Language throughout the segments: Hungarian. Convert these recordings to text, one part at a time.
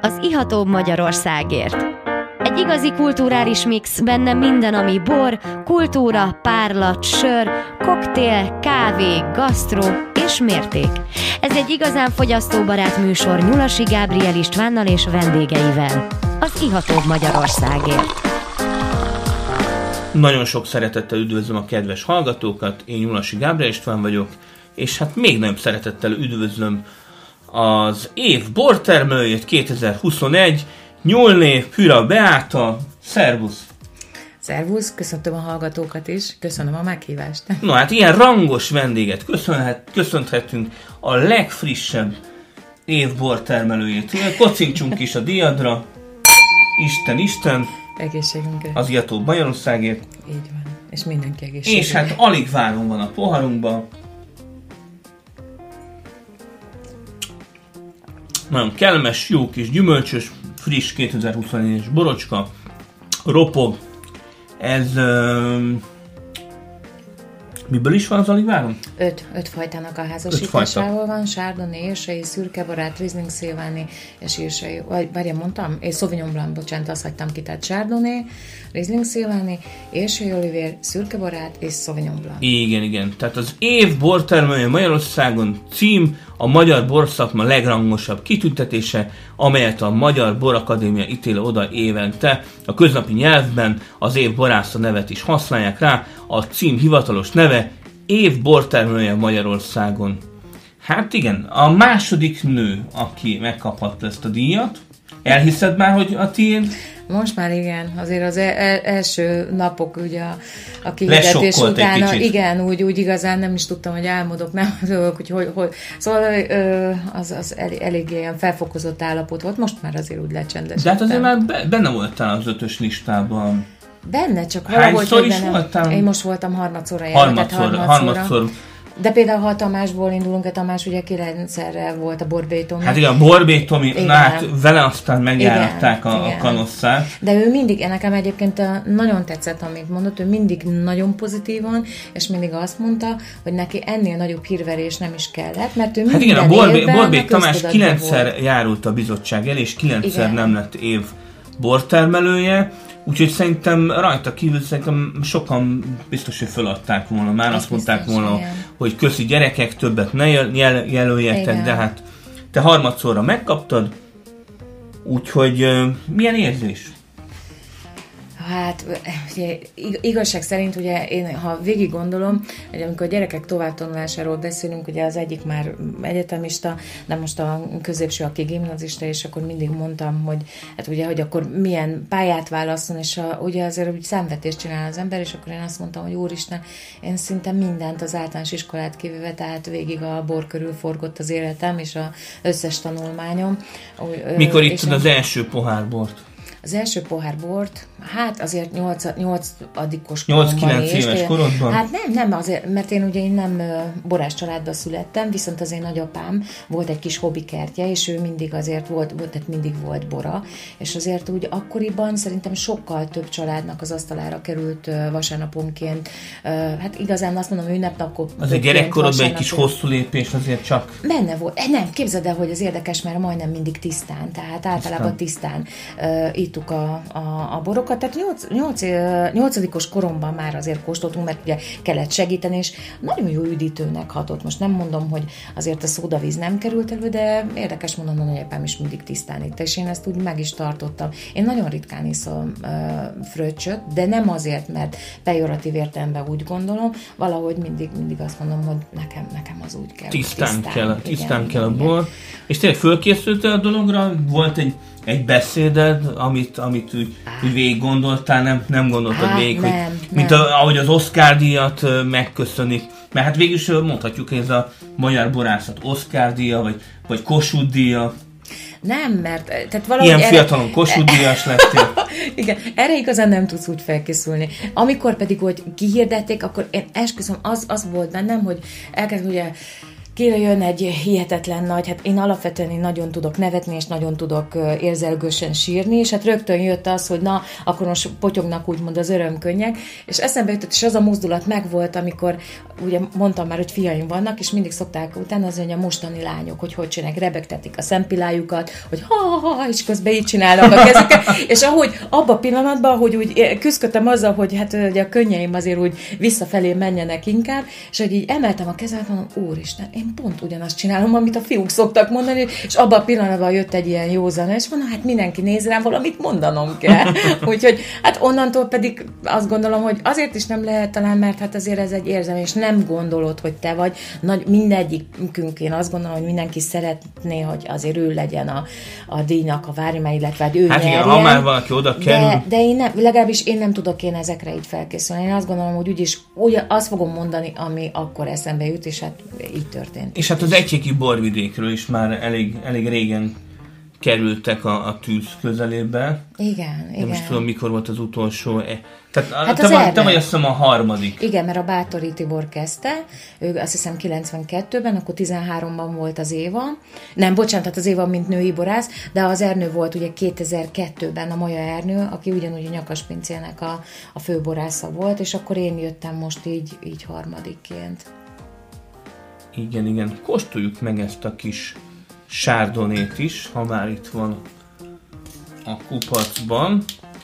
az ihatóbb Magyarországért. Egy igazi kulturális mix, benne minden, ami bor, kultúra, párlat, sör, koktél, kávé, gasztró és mérték. Ez egy igazán fogyasztóbarát műsor Nyulasi Gábriel Istvánnal és vendégeivel. Az ihatóbb Magyarországért. Nagyon sok szeretettel üdvözlöm a kedves hallgatókat, én Nyulasi Gábriel István vagyok, és hát még nagyobb szeretettel üdvözlöm az év bortermelőjét 2021, Nyúlné Hüra Beáta. Szervusz! Szervusz, köszöntöm a hallgatókat is, köszönöm a meghívást. Na hát ilyen rangos vendéget köszönhetünk a legfrissebb év bortermelőjét. Kocincsunk is a díjadra. Isten! Egészségünkre. Az ihatóbb Magyarországért. Így van, és mindenki egészségünkre. És hát alig várom van a poharunkban. Nagyon kellemes, jó kis gyümölcsös, friss 2021-es borocska, ropog. Ez... miből is van az alig várom? 5 fajtának a házasításával van, Chardonnay, érsei, szürkebarát, Riesling szilváni és érsei, vagy várjál, mondtam? És Sauvignon Blanc, bocsánat, azt hagytam ki, tehát Chardonnay, Riesling szilváni, érsei olivér, szürkebarát és Sauvignon Blanc. Igen. Tehát az év bortermelője Magyarországon cím a magyar borszakma legrangosabb kitüntetése, amelyet a Magyar Borakadémia ítél oda évente. A köznapi nyelvben az év borásza nevet is használják rá, a cím hivatalos neve év bortermelője Magyarországon. Hát igen, a második nő, aki megkaphatta ezt a díjat. Elhiszed már, hogy a tiéd? Most már igen, azért az első napok ugye a kihirdetés utána, igen, úgy igazán nem is tudtam, hogy álmodok, nem tudok, hogy szóval az eléggé ilyen felfokozott állapot volt, most már azért úgy lecsendesedtem. De hát azért már benne voltál az 5-ös listában. Benne, csak valahogy... Hányszor is voltál? Én most voltam harmadszor. De például, ha a Tamásból indulunk, a Tamás ugye 9-szerre volt a Borbély Tomi. Hát igen, a Borbély Tomi, na hát vele aztán megjáratták a kanosszát. De ő mindig, nekem egyébként nagyon tetszett, amit mondott, ő mindig nagyon pozitívan, és mindig azt mondta, hogy neki ennél nagyobb hírverés nem is kellett, mert ő hát igen, a Borbély Tamás 9-szer volt. Járult a bizottság el, és 9-szer nem lett év bortermelője. Úgyhogy szerintem rajta kívül sokan biztos, hogy föladták volna. Már azt mondták volna, hogy köszi gyerekek, többet ne jelöljetek, de hát te harmadszorra megkaptad. Úgyhogy milyen érzés? Hát, ugye, igazság szerint, ugye én, ha végig gondolom, hogy amikor a gyerekek továbbtanulásáról beszélünk, ugye az egyik már egyetemista, de most a középső, aki gimnazista, és akkor mindig mondtam, hogy hát ugye, hogy akkor milyen pályát válaszol, és ugye azért úgy számvetést csinál az ember, és akkor én azt mondtam, hogy úristen, én szinte mindent, az általános iskolát kivéve, tehát végig a bor körül forgott az életem, és az összes tanulmányom. Mikor ittad az első pohár bort? Az első pohár bort, hát azért 8-adikos 8-9 éves korodban? Hát nem azért, mert én nem borás családba születtem, viszont az én nagyapám volt egy kis hobbikertje, és ő mindig azért tehát mindig volt bora, és azért úgy akkoriban szerintem sokkal több családnak az asztalára került vasárnaponként, hát igazán azt mondom, ünnepnapok. Azért gyerekkorodban egy kis hosszú lépés azért csak... Benne volt. Nem, képzeld el, hogy az érdekes, mert majdnem mindig tisztán, tehát általában tisztán ittuk a borokat, tehát 8-os koromban már azért kóstoltunk, mert ugye kellett segíteni, és nagyon jó üdítőnek hatott. Most nem mondom, hogy azért a szódavíz nem került elő, de érdekes mondom, hogy nagyapám is mindig tisztán itta, és én ezt úgy meg is tartottam. Én nagyon ritkán iszom fröccsöt, de nem azért, mert pejoratív értelemben úgy gondolom, valahogy mindig azt mondom, hogy nekem az úgy kell. Tisztán kell a bor. És tényleg fölkészültél a dologra? Volt egy beszéded, amit úgy végig gondoltál, nem gondoltad végig, hogy mint ahogy az Oscar-díjat megköszönik. Mert hát végül is mondhatjuk, hogy ez a magyar borászat Oscar-díja, vagy Kossuth-díja. Nem, mert tehát valahogy... Ilyen fiatalon Kossuth-díjas lettél. Igen, erre igazán nem tudsz úgy felkészülni. Amikor pedig, hogy kihirdették, akkor én esküszöm, az volt bennem, hogy elkezd ugye jön egy hihetetlen nagy, hát én alapvetően nagyon tudok nevetni, és nagyon tudok érzelgősen sírni, és hát rögtön jött az, hogy na, akkor most potyognak úgymond az örömkönnyek, és eszembe jutott, és az a mozdulat megvolt, amikor ugye mondtam már, hogy fiaim vannak, és mindig szokták utána az, hogy a mostani lányok, hogy csinálják, rebegtetik a szempillájukat, hogy ha, és közben így csinálnak a kezüket, és ahogy abban a pillanatban, hogy úgy küzdöttem azzal, hogy hát ugye a könnyeim azért úgy visszafelé menjenek inkább, és hogy így emeltem a kezemet, mondom, úristen, én pont ugyanazt csinálom, amit a fiúk szoktak mondani, és abban a pillanatban jött egy ilyen józan, és mondom, hát mindenki néz rám, valamit mondanom kell. Úgyhogy hát onnantól pedig azt gondolom, hogy azért is nem lehet talán, mert hát azért ez egy érzem, és nem gondolod, hogy te vagy. Mindegyikünk, én azt gondolom, hogy mindenki szeretné, hogy azért ő legyen a díjnak a várja, illetve ő hát nyerjen. Igen, ha már valaki oda kerül. De én nem, legalábbis én nem tudok ezekre így felkészülni. Én azt gondolom, hogy úgyis azt fogom mondani, ami akkor eszembe jut, és hát így történt. És hát az egységi borvidékről is már elég régen kerültek a tűz közelébe. Igen. Nem is tudom, mikor volt az utolsó. Tehát hát te vagy azt hiszem a harmadik. Igen, mert a Bátori Tibor kezdte, ő azt hiszem 92-ben, akkor 13-ban volt az Éva. Nem, bocsánat, tehát az Éva, mint női borász, de az Ernő volt ugye 2002-ben, a Maja Ernő, aki ugyanúgy a Nyakaspincének a főborásza volt, és akkor én jöttem most így harmadikként. Igen. Kóstoljuk meg ezt a kis sárdonét is, ha már itt van a kupacban.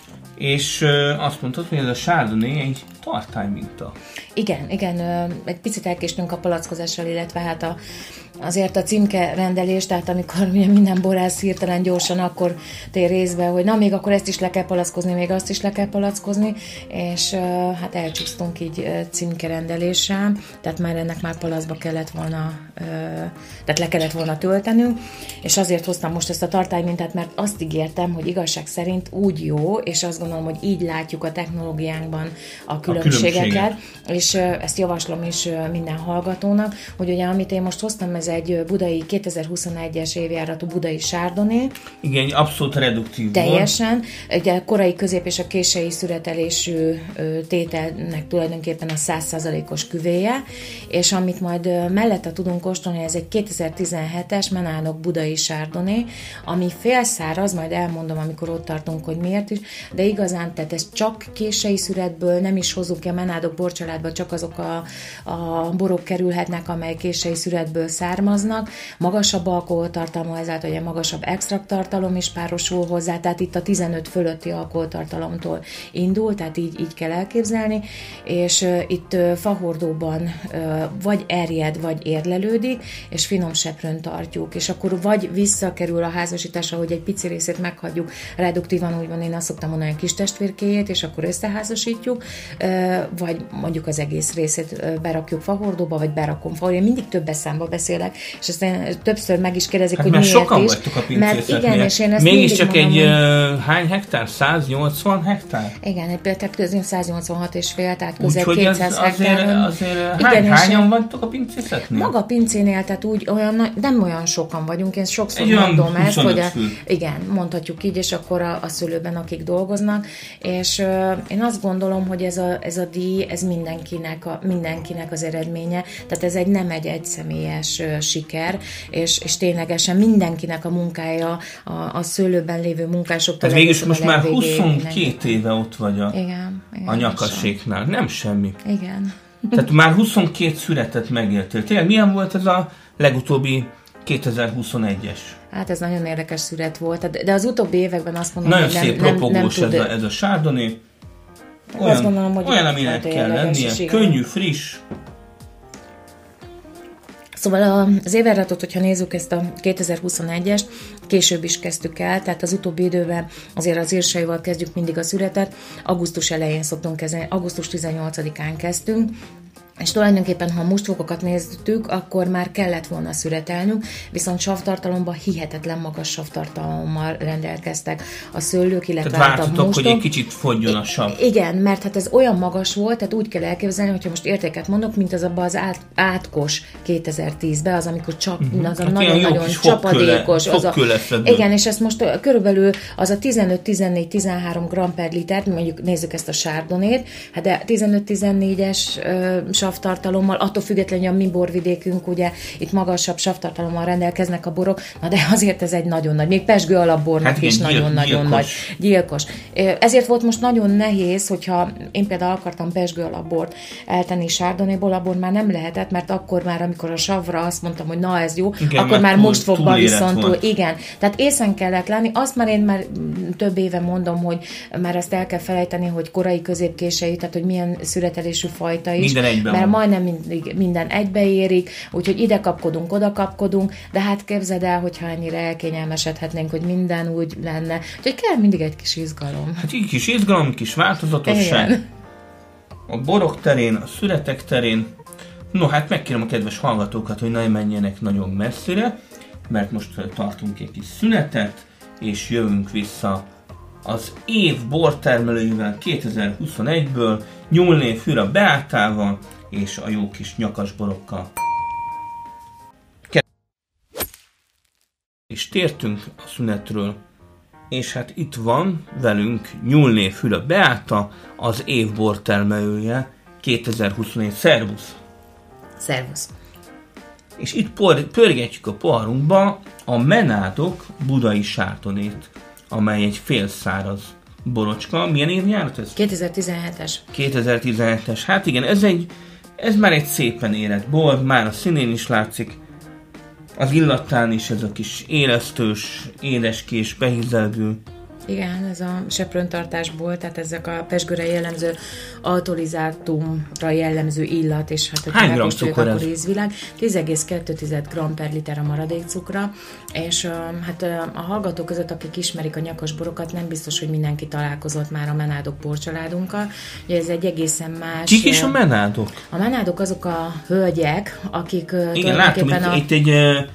És azt mondtad, hogy ez a sárdoné egy tartályminta. Igen, egy picit elkéstünk a palackozással, illetve hát azért a címke rendelés, tehát amikor ugye minden borász hirtelen gyorsan akkor tér részbe, hogy na, még akkor ezt is le kell palackozni, még azt is le kell palackozni, és hát elcsúsztunk így címke rendeléssel, tehát már ennek már palacba kellett volna, tehát le kellett volna töltenünk, és azért hoztam most ezt a tartálymintát, mert azt ígértem, hogy igazság szerint úgy jó, és azt gondolom, hogy így látjuk a technológiánkban a különbségeket, és ezt javaslom is minden hallgatónak, hogy ugye amit én most hoztam, ez egy budai 2021-es évjáratú budai sárdoné. Igen, abszolút reduktív teljesen. Ugye korai, közép és a késői szüretelésű tételnek tulajdonképpen a 100%-os küvéje, és amit majd mellette tudunk kóstolni, ez egy 2017-es Menánok budai sárdoné, ami félszáraz, majd elmondom, amikor ott tartunk, hogy miért is, de igazán, tehát ez csak késői szüretből, nem is hozzuk ki a Menádok borcsaládba, csak azok a borok kerülhetnek, amely késői szüretből származnak, magasabb alkoholtartalma, ezáltal ugye magasabb extrakttartalom is párosul hozzá, tehát itt a 15 fölötti alkoholtartalomtól indul, tehát így kell elképzelni, és itt fahordóban vagy erjed, vagy érlelődik, és finom seprőn tartjuk, és akkor vagy visszakerül a házasításra, hogy egy pici részét meghagyjuk, reduktívan úgy van, én azt szoktam mondani, a kis testvérkéjét, és akkor összeházasítjuk, vagy mondjuk az egész részét berakjuk fahordóba, vagy berakom fahordóba. Én mindig többes számba beszélek, és aztán többször meg is kérdezik, hát hogy miért sokan is. vagytok a Mert igen, és én ezt mégis csak mondom, egy hány hektár? 180 hektár? Igen, tehát közül 186 és fél, tehát közel úgy, 200 hektár. Azért hányan vagytok a pincészetnél? Maga a pincénél, tehát úgy nem olyan sokan vagyunk, én sokszor mondom ezt, hogy igen, mondhatjuk így, és akkor a szőlőben, akik dolgoznak, és én azt gondolom, hogy ez a díj, ez mindenkinek az eredménye, tehát ez nem egy egyszemélyes siker, és ténylegesen mindenkinek a munkája, a szőlőben lévő munkásoktól. Tehát végülis most már 22 éve ott vagy a Nyakasséknál, nem semmi. Igen. Tehát már 22 születet megéltél. Tényleg milyen volt ez a legutóbbi 2021-es? Hát ez nagyon érdekes szület volt, de az utóbbi években azt mondom, nagyon hogy szép propogós ez a sárdoné. Olyan, aminek kell lennie. Könnyű, friss. Szóval az évjáratot, hogyha nézzük ezt a 2021-est, később is kezdtük el, tehát az utóbbi időben azért az írsaival kezdjük mindig a születet, augusztus elején szoktunk kezdeni, augusztus 18-án kezdtünk, és tulajdonképpen, ha mustfokokat néztük, akkor már kellett volna szüretelnünk, viszont savtartalomban hihetetlen magas savtartalommal rendelkeztek a szőlők, illetve tehát vártatok, hogy egy kicsit fogjon a sav. Igen, mert hát ez olyan magas volt, tehát úgy kell elképzelni, hogyha most értéket mondok, mint az abban az átkos 2010-ben, az, amikor az a nagyon-nagyon csapadékos. Igen, és ezt most körülbelül az a 15-14-13 gram per litert, mondjuk nézzük ezt a sárdonét, hát de 15-14-es savtartalommal, attól függetlenül, hogy a mi borvidékünk, ugye itt magasabb savtartalommal rendelkeznek a borok, na de azért ez egy nagyon nagy, még pezsgő alapbornak hát is nagyon-nagyon nagy. Gyilkos. Ezért volt most nagyon nehéz, hogyha én például akartam pezsgő alapbort eltenni Chardonnayból, abból már nem lehetett, mert akkor már, amikor a savra azt mondtam, hogy na ez jó, igen, akkor már most fog viszont igen. Tehát észen kellett lenni. Azt már én már több éve mondom, hogy már ezt el kell felejteni, hogy korai középkései, tehát hogy milyen szüretelésű fajta is. Mert majdnem minden egybeérik, úgyhogy ide kapkodunk, oda kapkodunk, de hát képzeld el, hogyha ennyire elkényelmesedhetnénk, hogy minden úgy lenne. Úgyhogy kell mindig egy kis izgalom. Hát egy kis izgalom, kis változatosság. Igen. A borok terén, a szüretek terén. No, hát megkérem a kedves hallgatókat, hogy ne menjenek nagyon messzire, mert most tartunk egy kis szünetet, és jövünk vissza az év bortermelőivel 2021-ből, Nyúlné Füra Beátával és a jó kis nyakasborokkal. És tértünk a szünetről, és hát itt van velünk Nyúlné Füra Beáta, az év bortermelője 2021. Szervusz! Szervusz! És itt pörgetjük a poharunkba a Menádok budai Chardonnayt, amely egy félszáraz borocska. Milyen évjárat ez? 2017-es. 2017-es. Hát igen, ez már egy szépen érett bor, már a színén is látszik. Az illatán is ez a kis élesztős, édeskés, behízelgő. Igen, ez a seprőntartásból, tehát ezek a pezsgőre jellemző alkoholizátumra jellemző illat, és hát hány gram cukor ez? Ízvilág, 10,2 g per liter a maradék cukra, és hát a hallgatók között, akik ismerik a nyakasborokat, nem biztos, hogy mindenki találkozott már a Menádok borcsaládunkkal. Ugye ez egy egészen más... Kik is a Menádok? A Menádok azok a hölgyek, akik igen, látom, itt egy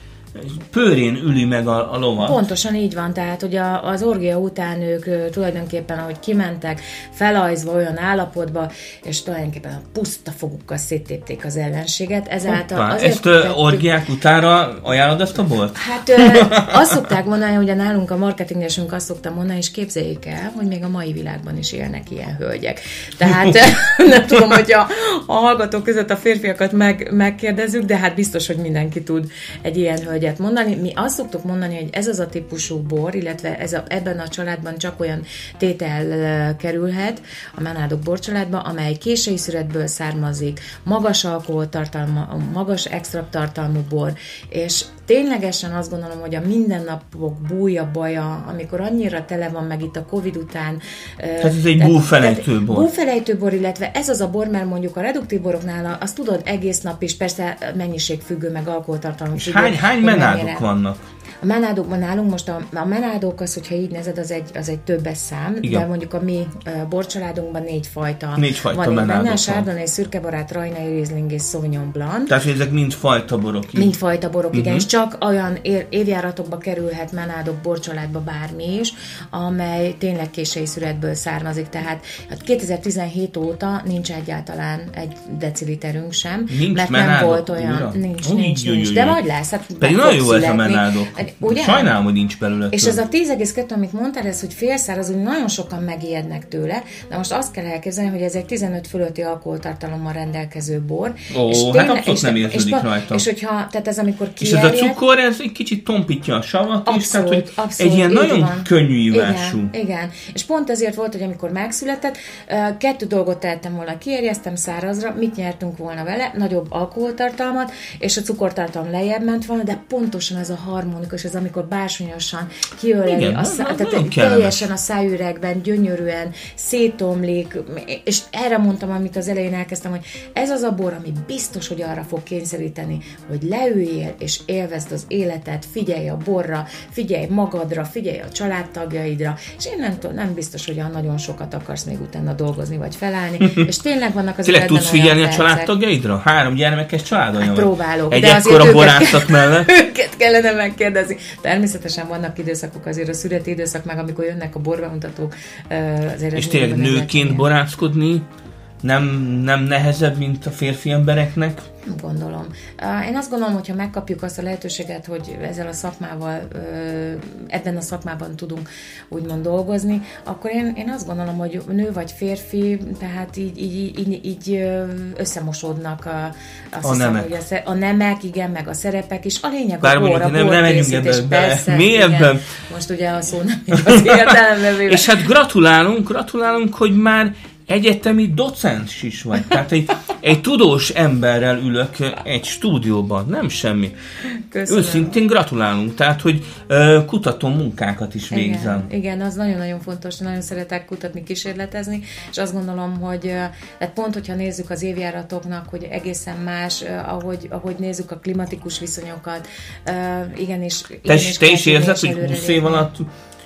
pőrén üli meg a lovat. Pontosan így van, tehát hogy az orgia után ők tulajdonképpen, ahogy kimentek, felajzva olyan állapotba, és tulajdonképpen a puszta fogukkal széttépték az ellenséget. Ezáltal ezt orgiák utára ajánlod ezt a bort? Hát azt szokták mondani, hogy nálunk a marketingesünk azt szokta mondani, és képzeljék el, hogy még a mai világban is élnek ilyen hölgyek. Tehát nem tudom, hogy a hallgatók között a férfiakat megkérdezzük, de hát biztos, hogy mindenki tud egy ilyen hölgyet mondani. Mi azt szoktuk mondani, hogy ez az a típusú bor, illetve ebben a családban csak olyan tétel kerülhet a Menádok borcsaládba, amely kései szüretből származik, magas alkoholtartalma, magas extrakt tartalmú bor, és ténylegesen azt gondolom, hogy a mindennapok búja baja, amikor annyira tele van meg itt a Covid után. Tehát ez egy búfelejtő bor. Búfelejtő bor, illetve ez az a bor, mert mondjuk a reduktív boroknál azt tudod egész nap is, persze mennyiségfüggő, meg alkoholtartalmú függő. Hány Menádok vannak? A Menádokban nálunk most a Menádok az, hogyha így nézed, az egy többes szám, igen. De mondjuk a mi borcsaládunkban 4 fajta van benne, a Chardonnay, szürkebarát, Rajnai Riesling és Sauvignon Blanc. Tehát ezek mind fajta borok. Mind fajta borok, igen, és csak olyan évjáratokba kerülhet Menádok borcsaládba bármi is, amely tényleg késői szüretből származik, tehát 2017 óta nincs egyáltalán egy deciliterünk sem, nincs mert Menádok, nem volt olyan, nincs, de majd lesz. Hát pedig nagyon jó ez a Menádok. Ugye? Sajnálom, hogy nincs belőle. És ez a 10,2, amit mondtál, ez, hogy félszáraz, úgy nagyon sokan megijednek tőle, de most azt kell elképzelni, hogy ez egy 15 fölötti alkoholtartalommal rendelkező bor. Hát abszolút nem érződik rajta. És hogyha, tehát ez amikor kierjed... És ez a cukor, ez egy kicsit tompítja a savat, és tehát, hogy egy ilyen nagyon van. Könnyű ívású. Igen. És pont ezért volt, hogy amikor megszületett, 2 dolgot tettem volna, kierjeztem szárazra, mit nyertünk volna vele, nagyobb alkoholtartalmat, és a cukortartalom lejjebb ment volna, de pontosan ez a harmonikus, ez amikor bársonyosan kiöleli teljesen a szájüregben, gyönyörűen szétomlik, és erre mondtam, amit az elején elkezdtem, hogy ez az a bor, ami biztos, hogy arra fog kényszeríteni, hogy leüljél, és élvezd az életet, figyelj a borra, figyelj magadra, figyelj a családtagjaidra, és én nem biztos, hogy nagyon sokat akarsz még utána dolgozni, vagy felállni, és tényleg vannak az életben tudsz figyelni a családtagjaidra? 3 gyermekes családanya vagy? Próbálok. Egy ekkora borászat mellett? Őket kellene megkérdezni. Természetesen vannak időszakok, azért a születi időszak meg, amikor jönnek a borbemutatók. És tényleg nőként borászkodni nem nehezebb, mint a férfi embereknek? Gondolom. Én azt gondolom, hogyha megkapjuk azt a lehetőséget, hogy ezzel a szakmával, ebben a szakmában tudunk úgymond dolgozni, akkor én azt gondolom, hogy nő vagy férfi, tehát így összemosódnak a nemek. Hogy a nemek, igen, meg a szerepek is. A lényeg bár a bor, a borkészítés, persze. Mélyebben. Most ugye a szó nem az értelemben. És hát gratulálunk, hogy már egyetemi docens is vagy. Tehát egy tudós emberrel ülök egy stúdióban, nem semmi. Köszönöm. Őszintén gratulálunk, tehát, hogy kutató munkákat is végzem. Igen, az nagyon-nagyon fontos, nagyon szeretek kutatni, kísérletezni, és azt gondolom, hogy tehát pont, hogyha nézzük az évjáratoknak, hogy egészen más, ahogy nézzük a klimatikus viszonyokat, igenis... Te is érzed, hogy 20 év alatt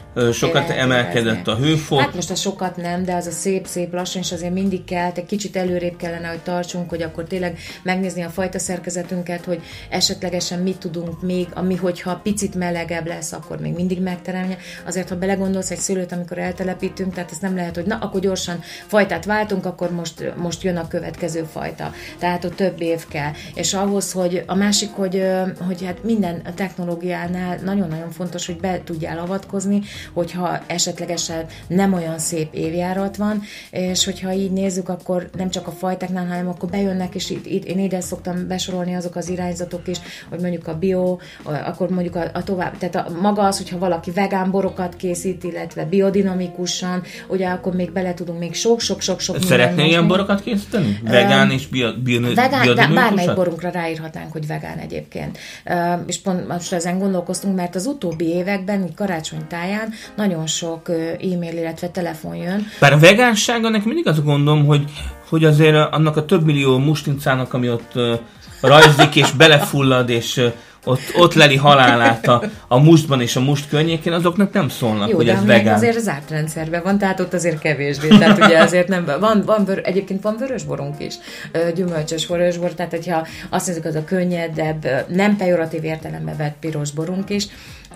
sokat emelkedett a hőfok. Hát most a sokat nem, de az a szép lassan, és azért mindig kell, egy kicsit előrébb kellene, hogy tartsunk, hogy akkor tényleg megnézni a fajta szerkezetünket, hogy esetlegesen mit tudunk még, ami hogyha picit melegebb lesz, akkor még mindig megteremje. Azért, ha belegondolsz egy szőlőt, amikor eltelepítünk, tehát ez nem lehet, hogy na, akkor gyorsan fajtát váltunk, akkor most jön a következő fajta. Tehát ott több év kell. És ahhoz, hogy a másik, hogy hát minden technológiánál nagyon-nagyon fontos, hogy be tudjál avatkozni, hogyha esetlegesen nem olyan szép évjárat van, és hogyha így nézzük, akkor nem csak a fajtáknál, hanem akkor bejönnek, és én ide szoktam besorolni azok az irányzatok is, hogy mondjuk a bio, akkor mondjuk a tovább, tehát maga az, hogyha valaki vegán borokat készít, illetve biodinamikusan, ugye akkor még bele tudunk még sok Szeretnél ilyen borokat készíteni? Vegán és biodinamikus? Bármelyik borunkra ráírhatnánk, hogy vegán egyébként. És pont most ezen gondolkoztunk, mert az utóbbi években, karácsony táján nagyon sok e-mail, illetve telefon jön. Bár a vegánság, annak mindig azt gondolom, hogy azért annak a több millió mustincának, ami ott rajzik és belefullad, és ott leli halálát a mustban és a must környékén, azoknak nem szólnak, jó, hogy ez vegán. Jó, azért zárt rendszerben van, tehát ott azért kevésbé. Tehát ugye azért nem, egyébként van vörösborunk is, gyümölcsös vörösbor, tehát hogyha azt nézzük, az a könnyedebb, nem pejoratív értelembe vett piros borunk is.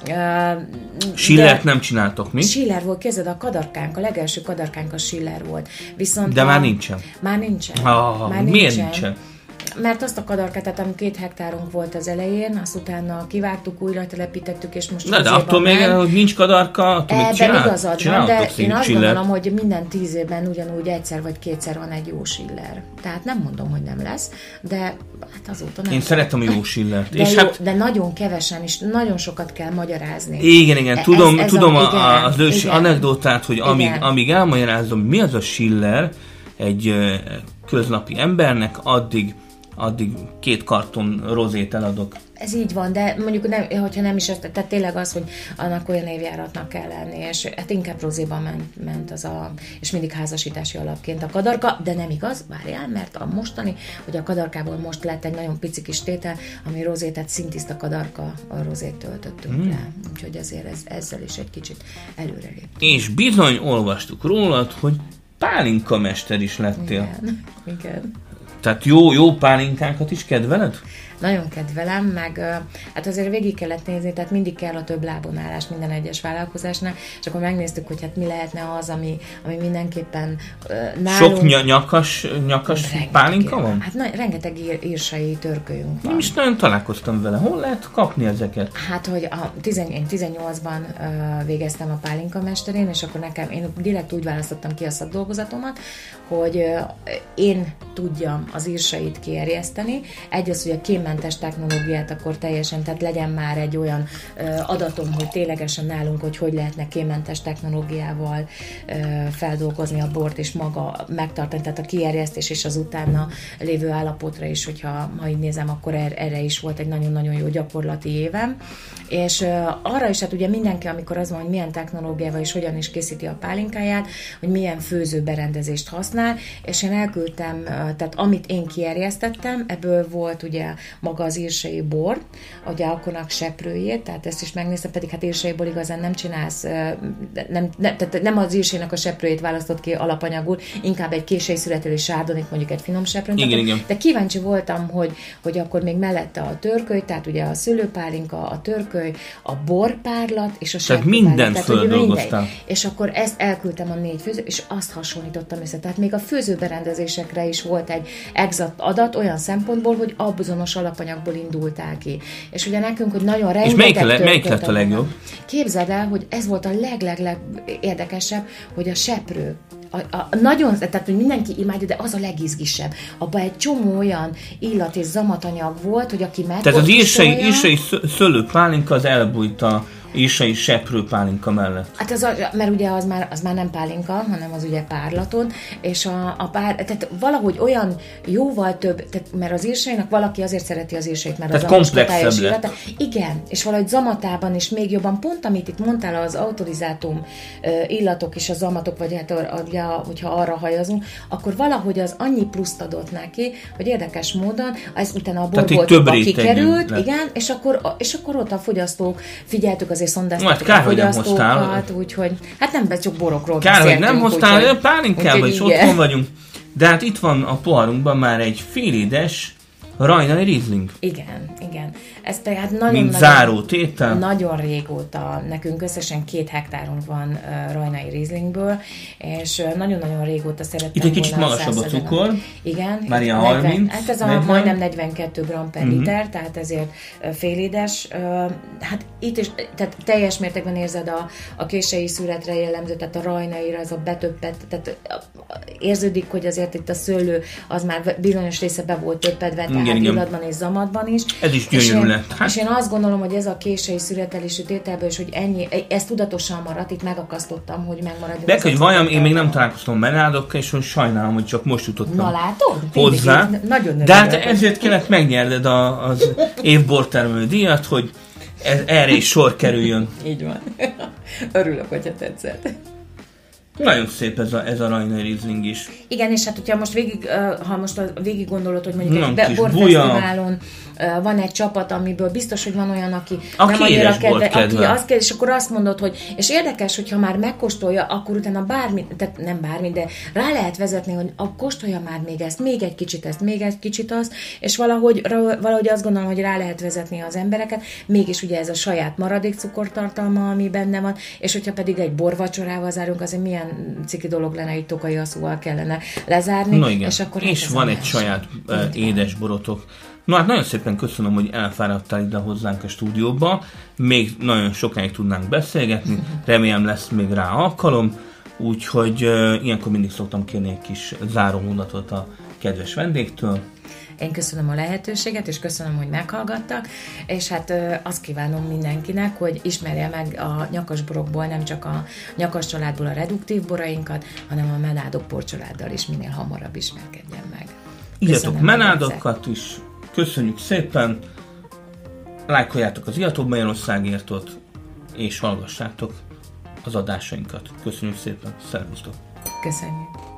Schillert nem csináltok, mi? Schiller volt, kezded a kadarkánk, a legelső kadarkánk a Schiller volt. Viszont de már nincsen. Már nincsen. Miért nincsen? Mert azt a kadarkát, ami 2 hektárunk volt az elején, azt utána kivágtuk, újra telepítettük, és most... De attól még, hogy nincs kadarka, attól még igazad van, de én azt gondolom, hogy minden 10 évben ugyanúgy egyszer vagy kétszer van egy jó Schiller. Tehát nem mondom, hogy nem lesz, de hát azóta nem. Én szeretem a jó Schillert. De nagyon kevesen, és nagyon sokat kell magyarázni. Igen, tudom az ősi anekdotát, hogy amíg elmagyarázom, mi az a Schiller egy köznapi embernek, addig 2 karton rozét eladok. Ez így van, de mondjuk hogyha nem is, tehát tényleg az, hogy annak olyan évjáratnak kell lenni, és hát inkább rozéban ment az és mindig házasítási alapként a kadarka, de nem igaz, várjál, mert a mostani, hogy a kadarkából most lett egy nagyon pici kis tétel, ami rozét, tehát szintiszta kadarka, a rozét töltöttünk rá, úgyhogy azért ezzel is egy kicsit előreléptünk. És bizony olvastuk rólad, hogy pálinkamester is lettél. Igen. Tehát jó pálinkákat is kedveled? Nagyon kedvelem, meg hát azért végig kellett nézni, tehát mindig kell a több lábon állás minden egyes vállalkozásnál, és akkor megnéztük, hogy hát mi lehetne az, ami mindenképpen nálunk... Sok nyakas pálinka van? Hát rengeteg írsai törkölyünk van. Nem is nagyon találkoztam vele. Hol lehet kapni ezeket? Hát, hogy én 18-ban végeztem a pálinkamesterén, és akkor én direkt úgy választottam ki a szakdolgozatomat, hogy én tudjam az írsait kierjeszteni. Egy az, hogy a kémmentes technológiát akkor teljesen, tehát legyen már egy olyan adatom, hogy ténylegesen nálunk, hogy lehetne kémmentes technológiával feldolgozni a bort, és maga megtartani, tehát a kierjesztés és az utána lévő állapotra is, hogyha ma így nézem, akkor erre is volt egy nagyon-nagyon jó gyakorlati évem. És arra is, hát ugye mindenki, amikor az van, hogy milyen technológiával és hogyan is készíti a pálinkáját, hogy milyen főzőberendezést használ, és én elküldtem, tehát amit én kierjesztettem, ebből volt ugye maga az írsai bor, a gyalkonak seprőjét, tehát ezt is megnéztem, pedig hát írsaiból igazán nem csinálsz, tehát nem az írsainak a seprőjét választott ki alapanyagul, inkább egy késői születelő sárdonit, mondjuk egy finom seprőn. Igen. De kíváncsi voltam, hogy akkor még mellette a törköly, tehát ugye a szőlőpálinka, a törköly, a borpárlat és a seprőpálinka. Tehát mindent földolgoztál. És akkor ezt elküldtem a 4 főző, és azt hasonlítottam össze. Tehát még a főzőberendezésekre is volt egy exakt adat olyan szempontból, hogy azonos alapanyagból indultál ki. És ugye nekünk, hogy nagyon rengeteg. És melyik lett a legjobb? Képzeld el, hogy ez volt a érdekesebb, hogy a seprő. Nagyon, tehát hogy mindenki imádja, de az a legizgisebb. Abban egy csomó olyan illat és zamatanyag volt, hogy aki megkóstolja... Tehát az írsai szőlőpálinka az elbújt a írsai seprőpálinka mellett. Hát mert ugye az már nem pálinka, hanem az ugye párlatod, és tehát valahogy olyan jóval több, tehát, mert az írsainak valaki azért szereti az írsait, mert tehát az komplexebb lett. Igen, és valahogy zamatában is még jobban, pont amit itt mondtál, az autorizátum illatok és a zamatok, vagy hát hogyha arra hajazunk, akkor valahogy az annyi pluszt adott neki, hogy érdekes módon, ez utána a borboltokba kikerült, igen, és akkor ott a fogyasztók figyeltük azért szondáztattuk a fogyasztókat, úgyhogy hát nem csak borokról beszéltünk. Kár, hogy nem hoztál, pálinkával is otthon vagyunk, de hát itt van a poharunkban már egy félédes rajnai Riesling. Igen. Ez tehát nagyon, mint záró tétel. Nagyon régóta, nekünk összesen 2 hektárunk van rajnai Rieslingből, és nagyon-nagyon régóta szerettem itt egy kicsit magasabb a cukor. Igen. Már ilyen 30. Hát ez majdnem 42 g per liter, tehát ezért félédes. Hát itt is tehát teljes mértékben érzed a kései születre jellemző, tehát a rajnaira ez a betöppet, tehát érződik, hogy azért itt a szőlő az már bizonyos része be volt töppedve, tehát illatban és zamatban is. Ez is gyönyörű lett. És én azt gondolom, hogy ez a kései születelésű tételből, és hogy ennyi, ezt tudatosan maradt, itt megakasztottam, hogy megmaradjon. De hogy vajon én még nem találkoztam menádokkal, és hogy sajnálom, hogy csak most jutottam. Na látod? Hozzá. Nagyon de hát ezért kellett megnyerned az év bortermelő díjat, hogy erre is sor kerüljön. Így van. Örülök, hogyha tetszett. Nagyon szép ez a rajnai Riesling is. Igen, és hát hogyha most végig gondolod, hogy mondjuk egy borfesztiválon van egy csapat, amiből biztos, hogy van olyan, aki nem annyira kedve, aki azt kell, és akkor azt mondod, hogy és érdekes, hogyha már megkóstolja, akkor utána tehát nem bármi, de rá lehet vezetni, hogy kóstolja már még ezt, még egy kicsit azt, és valahogy azt gondolom, hogy rá lehet vezetni az embereket, mégis ugye ez a saját maradék cukortartalma, ami benne van, és hogyha pedig egy borvacsorával zárunk, azért milyen ciki dolog lenne, itt Tokai Asszúval kellene lezárni. No, igen. És akkor és van egy saját édes borotok. No hát nagyon szépen köszönöm, hogy elfáradtál ide hozzánk a stúdióba. Még nagyon sokáig tudnánk beszélgetni. Remélem lesz még rá alkalom. Úgyhogy ilyenkor mindig szoktam kérni egy kis zárómondatot a kedves vendégtől. Én köszönöm a lehetőséget, és köszönöm, hogy meghallgattak, és hát azt kívánom mindenkinek, hogy ismerje meg a nyakasborokból, nem csak a nyakas családból a reduktív borainkat, hanem a menádok borcsaláddal is minél hamarabb ismerkedjen meg. Írjatok menádokat is, köszönjük szépen, lájkoljátok az Iatóbb Magyarországértot, és hallgassátok az adásainkat. Köszönjük szépen, szervusztok! Köszönjük!